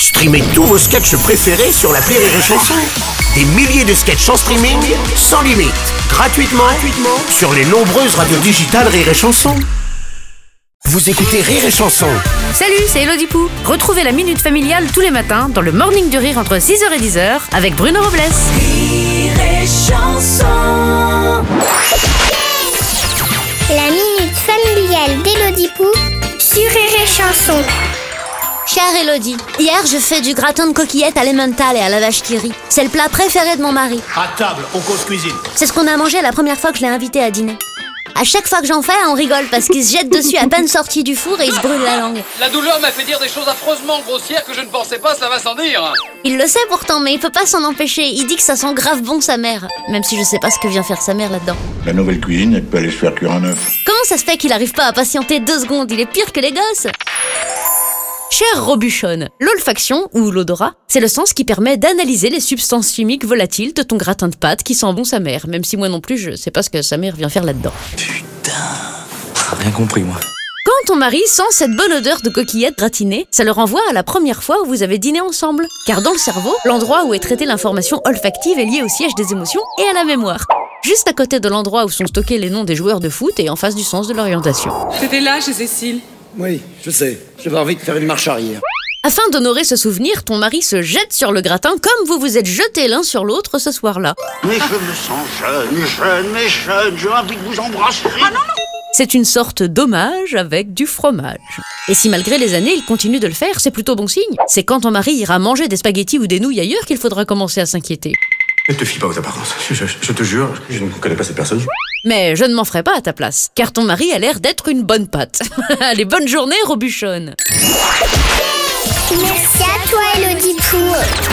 Streamez tous vos sketchs préférés sur l'appli Rire et Chanson. Des milliers de sketchs en streaming, sans limite, gratuitement sur les nombreuses radios digitales Rire et Chanson. Vous écoutez Rire et Chanson. Salut, c'est Elodie Pou. Retrouvez la Minute Familiale tous les matins dans le Morning du Rire entre 6h et 10h avec Bruno Robles. Rire et Chanson. La Minute Familiale d'Elodie Pou sur Rire et Chanson. Chère Elodie, hier je fais du gratin de coquillettes à l'emmental et à la vache qui rit. C'est le plat préféré de mon mari. À table, on cause cuisine. C'est ce qu'on a mangé la première fois que je l'ai invité à dîner. À chaque fois que j'en fais, on rigole parce qu'il se jette dessus à peine sorti du four et il se brûle la langue. La douleur m'a fait dire des choses affreusement grossières que je ne pensais pas, ça va sans dire. Il le sait pourtant, mais il peut pas s'en empêcher. Il dit que ça sent grave bon sa mère. Même si je sais pas ce que vient faire sa mère là-dedans. La nouvelle cuisine, elle peut aller se faire cuire un œuf. Comment ça se fait qu'il arrive pas à patienter 2 secondes? Il est pire que les gosses. Chère Robuchonne, l'olfaction, ou l'odorat, c'est le sens qui permet d'analyser les substances chimiques volatiles de ton gratin de pâte qui sent bon sa mère, même si moi non plus je sais pas ce que sa mère vient faire là-dedans. Putain, rien compris moi. Quand ton mari sent cette bonne odeur de coquillettes gratinées, ça le renvoie à la première fois où vous avez dîné ensemble. Car dans le cerveau, l'endroit où est traitée l'information olfactive est lié au siège des émotions et à la mémoire. Juste à côté de l'endroit où sont stockés les noms des joueurs de foot et en face du sens de l'orientation. T'étais là chez Cécile. Oui, je sais. J'avais envie de faire une marche arrière. Afin d'honorer ce souvenir, ton mari se jette sur le gratin comme vous vous êtes jetés l'un sur l'autre ce soir-là. Mais je me sens jeune, j'ai envie de vous embrasser. C'est une sorte d'hommage avec du fromage. Et si malgré les années, il continue de le faire, c'est plutôt bon signe. C'est quand ton mari ira manger des spaghettis ou des nouilles ailleurs qu'il faudra commencer à s'inquiéter. Ne te fie pas aux apparences. Je te jure, je ne connais pas cette personne. Mais je ne m'en ferai pas à ta place, car ton mari a l'air d'être une bonne pâte. Allez, bonne journée, Robuchonne. Merci à toi, Elodie Pou.